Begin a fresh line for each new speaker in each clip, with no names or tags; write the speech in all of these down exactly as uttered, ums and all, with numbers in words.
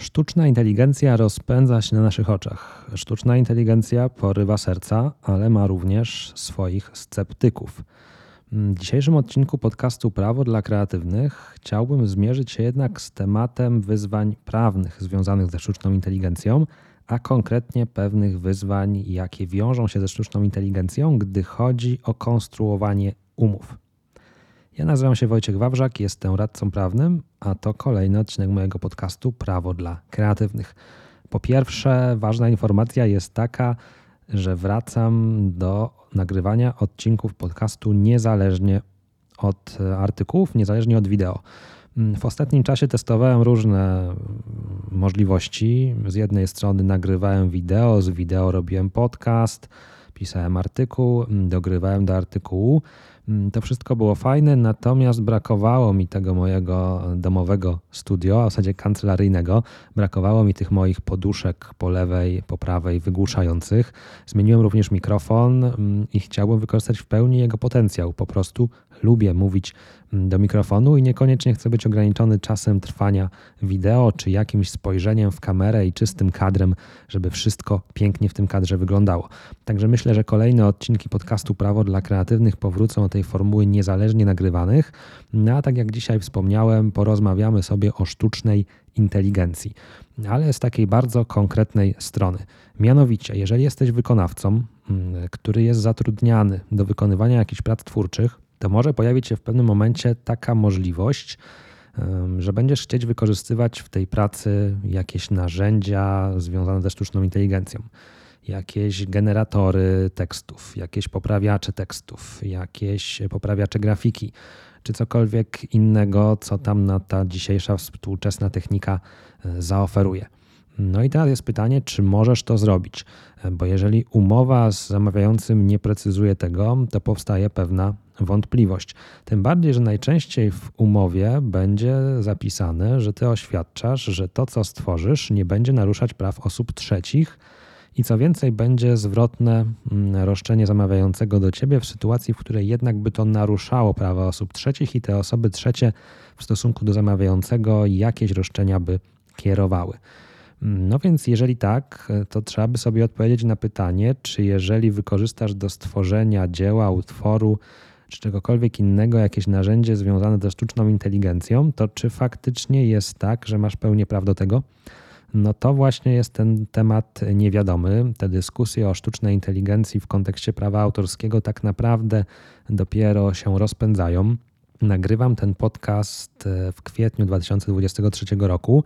Sztuczna inteligencja rozpędza się na naszych oczach. Sztuczna inteligencja porywa serca, ale ma również swoich sceptyków. W dzisiejszym odcinku podcastu Prawo dla Kreatywnych chciałbym zmierzyć się jednak z tematem wyzwań prawnych związanych ze sztuczną inteligencją, a konkretnie pewnych wyzwań, jakie wiążą się ze sztuczną inteligencją, gdy chodzi o konstruowanie umów. Ja nazywam się Wojciech Wawrzak, jestem radcą prawnym, a to kolejny odcinek mojego podcastu Prawo dla Kreatywnych. Po pierwsze, ważna informacja jest taka, że wracam do nagrywania odcinków podcastu niezależnie od artykułów, niezależnie od wideo. W ostatnim czasie testowałem różne możliwości. Z jednej strony nagrywałem wideo, z wideo robiłem podcast, pisałem artykuł, dogrywałem do artykułu. To wszystko było fajne, natomiast brakowało mi tego mojego domowego studio, a w zasadzie kancelaryjnego. Brakowało mi tych moich poduszek po lewej, po prawej wygłuszających. Zmieniłem również mikrofon i chciałbym wykorzystać w pełni jego potencjał. Po prostu lubię mówić do mikrofonu i niekoniecznie chcę być ograniczony czasem trwania wideo, czy jakimś spojrzeniem w kamerę i czystym kadrem, żeby wszystko pięknie w tym kadrze wyglądało. Także myślę, że kolejne odcinki podcastu Prawo dla Kreatywnych powrócą do tej formuły niezależnie nagrywanych. No a tak jak dzisiaj wspomniałem, porozmawiamy sobie o sztucznej inteligencji, ale z takiej bardzo konkretnej strony. Mianowicie, jeżeli jesteś wykonawcą, który jest zatrudniany do wykonywania jakichś prac twórczych, to może pojawić się w pewnym momencie taka możliwość, że będziesz chcieć wykorzystywać w tej pracy jakieś narzędzia związane ze sztuczną inteligencją. Jakieś generatory tekstów, jakieś poprawiacze tekstów, jakieś poprawiacze grafiki, czy cokolwiek innego, co tam na ta dzisiejsza współczesna technika zaoferuje. No i teraz jest pytanie, czy możesz to zrobić, bo jeżeli umowa z zamawiającym nie precyzuje tego, to powstaje pewna wątpliwość. Tym bardziej, że najczęściej w umowie będzie zapisane, że ty oświadczasz, że to, co stworzysz, nie będzie naruszać praw osób trzecich i co więcej, będzie zwrotne roszczenie zamawiającego do ciebie w sytuacji, w której jednak by to naruszało prawa osób trzecich i te osoby trzecie w stosunku do zamawiającego jakieś roszczenia by kierowały. No więc jeżeli tak, to trzeba by sobie odpowiedzieć na pytanie, czy jeżeli wykorzystasz do stworzenia dzieła, utworu, czy czegokolwiek innego jakieś narzędzie związane ze sztuczną inteligencją, to czy faktycznie jest tak, że masz pełnię praw do tego? No to właśnie jest ten temat niewiadomy. Te dyskusje o sztucznej inteligencji w kontekście prawa autorskiego tak naprawdę dopiero się rozpędzają. Nagrywam ten podcast w kwietniu dwa tysiące dwudziestego trzeciego roku.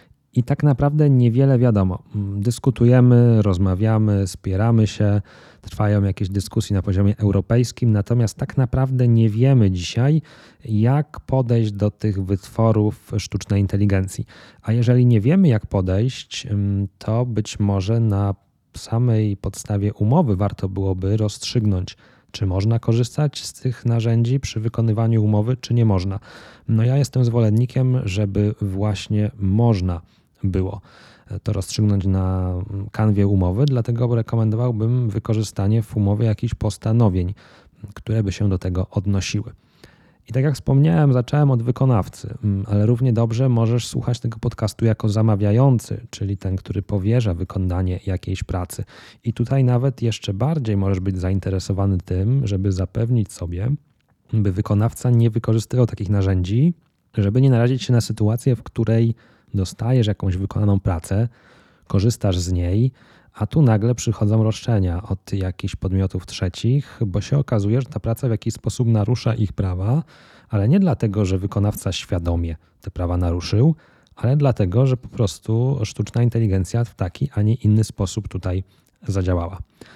I tak naprawdę niewiele wiadomo. Dyskutujemy, rozmawiamy, spieramy się, trwają jakieś dyskusje na poziomie europejskim, natomiast tak naprawdę nie wiemy dzisiaj, jak podejść do tych wytworów sztucznej inteligencji. A jeżeli nie wiemy, jak podejść, to być może na samej podstawie umowy warto byłoby rozstrzygnąć, czy można korzystać z tych narzędzi przy wykonywaniu umowy, czy nie można. No ja jestem zwolennikiem, żeby właśnie można było to rozstrzygnąć na kanwie umowy, dlatego rekomendowałbym wykorzystanie w umowie jakichś postanowień, które by się do tego odnosiły. I tak jak wspomniałem, zacząłem od wykonawcy, ale równie dobrze możesz słuchać tego podcastu jako zamawiający, czyli ten, który powierza wykonanie jakiejś pracy. I tutaj nawet jeszcze bardziej możesz być zainteresowany tym, żeby zapewnić sobie, by wykonawca nie wykorzystywał takich narzędzi, żeby nie narazić się na sytuację, w której dostajesz jakąś wykonaną pracę, korzystasz z niej, a tu nagle przychodzą roszczenia od jakichś podmiotów trzecich, bo się okazuje, że ta praca w jakiś sposób narusza ich prawa, ale nie dlatego, że wykonawca świadomie te prawa naruszył, ale dlatego, że po prostu sztuczna inteligencja w taki, a nie inny sposób tutaj zadziałała.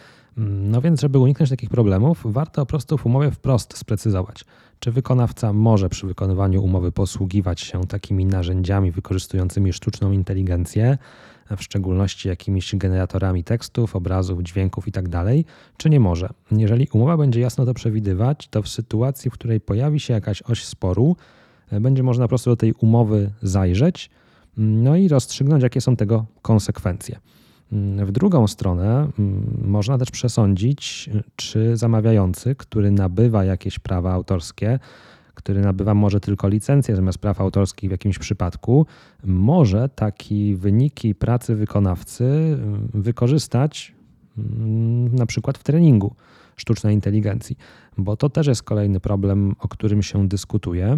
No więc, żeby uniknąć takich problemów, warto po prostu w umowie wprost sprecyzować, czy wykonawca może przy wykonywaniu umowy posługiwać się takimi narzędziami wykorzystującymi sztuczną inteligencję, w szczególności jakimiś generatorami tekstów, obrazów, dźwięków itd., czy nie może. Jeżeli umowa będzie jasno to przewidywać, to w sytuacji, w której pojawi się jakaś oś sporu, będzie można po prostu do tej umowy zajrzeć, no i rozstrzygnąć, jakie są tego konsekwencje. W drugą stronę można też przesądzić, czy zamawiający, który nabywa jakieś prawa autorskie, który nabywa może tylko licencję zamiast praw autorskich w jakimś przypadku, może takie wyniki pracy wykonawcy wykorzystać na przykład w treningu sztucznej inteligencji, bo to też jest kolejny problem, o którym się dyskutuje.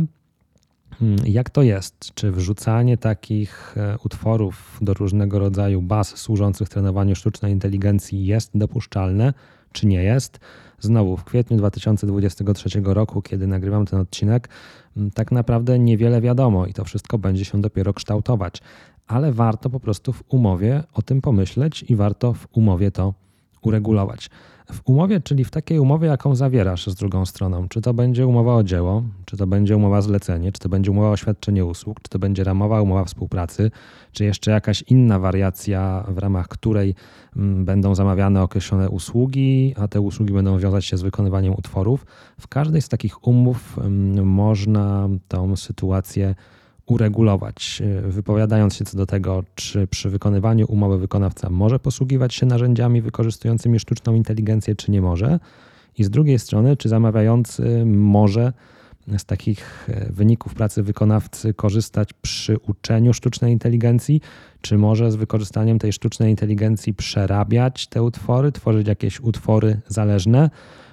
Jak to jest? Czy wrzucanie takich utworów do różnego rodzaju baz służących trenowaniu sztucznej inteligencji jest dopuszczalne, czy nie jest? Znowu w kwietniu dwa tysiące dwudziestego trzeciego roku, kiedy nagrywam ten odcinek, tak naprawdę niewiele wiadomo i to wszystko będzie się dopiero kształtować, ale warto po prostu w umowie o tym pomyśleć i warto w umowie to uregulować. W umowie, czyli w takiej umowie, jaką zawierasz z drugą stroną, czy to będzie umowa o dzieło, czy to będzie umowa zlecenie, czy to będzie umowa o świadczenie usług, czy to będzie ramowa umowa współpracy, czy jeszcze jakaś inna wariacja, w ramach której będą zamawiane określone usługi, a te usługi będą wiązać się z wykonywaniem utworów. W każdej z takich umów można tą sytuację uregulować, wypowiadając się co do tego, czy przy wykonywaniu umowy wykonawca może posługiwać się narzędziami wykorzystującymi sztuczną inteligencję, czy nie może. I z drugiej strony, czy zamawiający może z takich wyników pracy wykonawcy korzystać przy uczeniu sztucznej inteligencji, czy może z wykorzystaniem tej sztucznej inteligencji przerabiać te utwory, tworzyć jakieś utwory zależne.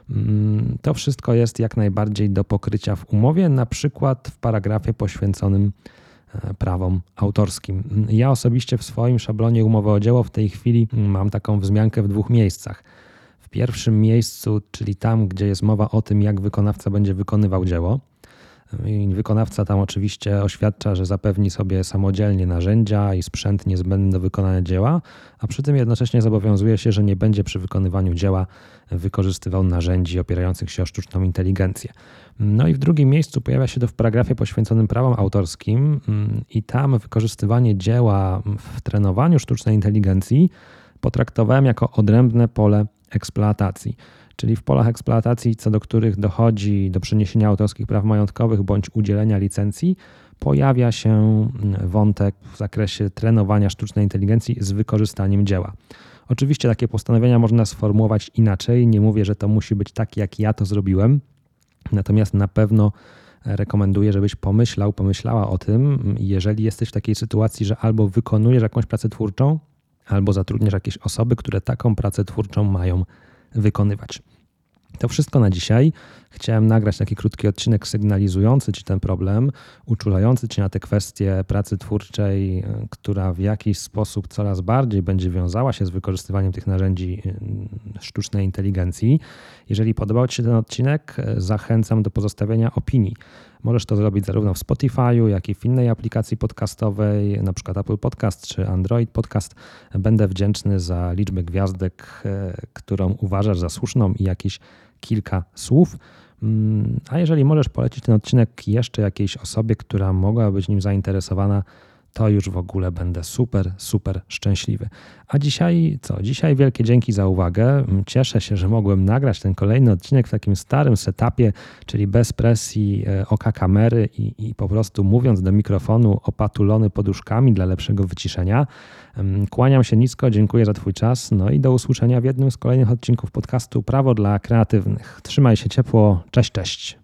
To wszystko jest jak najbardziej do pokrycia w umowie, na przykład w paragrafie poświęconym prawom autorskim. Ja osobiście w swoim szablonie umowy o dzieło w tej chwili mam taką wzmiankę w dwóch miejscach. W pierwszym miejscu, czyli tam, gdzie jest mowa o tym, jak wykonawca będzie wykonywał dzieło. Wykonawca tam oczywiście oświadcza, że zapewni sobie samodzielnie narzędzia i sprzęt niezbędny do wykonania dzieła, a przy tym jednocześnie zobowiązuje się, że nie będzie przy wykonywaniu dzieła wykorzystywał narzędzi opierających się o sztuczną inteligencję. No i w drugim miejscu pojawia się to w paragrafie poświęconym prawom autorskim i tam wykorzystywanie dzieła w trenowaniu sztucznej inteligencji potraktowałem jako odrębne pole eksploatacji. Czyli w polach eksploatacji, co do których dochodzi do przeniesienia autorskich praw majątkowych bądź udzielenia licencji, pojawia się wątek w zakresie trenowania sztucznej inteligencji z wykorzystaniem dzieła. Oczywiście takie postanowienia można sformułować inaczej, nie mówię, że to musi być tak, jak ja to zrobiłem, natomiast na pewno rekomenduję, żebyś pomyślał, pomyślała o tym, jeżeli jesteś w takiej sytuacji, że albo wykonujesz jakąś pracę twórczą, albo zatrudniasz jakieś osoby, które taką pracę twórczą mają wykonywać. To wszystko na dzisiaj. Chciałem nagrać taki krótki odcinek sygnalizujący Ci ten problem, uczulający Cię na te kwestie pracy twórczej, która w jakiś sposób coraz bardziej będzie wiązała się z wykorzystywaniem tych narzędzi sztucznej inteligencji. Jeżeli podobał Ci się ten odcinek, zachęcam do pozostawienia opinii. Możesz to zrobić zarówno w Spotify'u, jak i w innej aplikacji podcastowej, na przykład Apple Podcast czy Android Podcast. Będę wdzięczny za liczbę gwiazdek, którą uważasz za słuszną i jakieś kilka słów. A jeżeli możesz polecić ten odcinek jeszcze jakiejś osobie, która mogła być nim zainteresowana, to już w ogóle będę super, super szczęśliwy. A dzisiaj co? Dzisiaj wielkie dzięki za uwagę. Cieszę się, że mogłem nagrać ten kolejny odcinek w takim starym setupie, czyli bez presji oka kamery i, i po prostu mówiąc do mikrofonu opatulony poduszkami dla lepszego wyciszenia. Kłaniam się nisko, dziękuję za Twój czas, no i do usłyszenia w jednym z kolejnych odcinków podcastu Prawo dla Kreatywnych. Trzymaj się ciepło, cześć, cześć.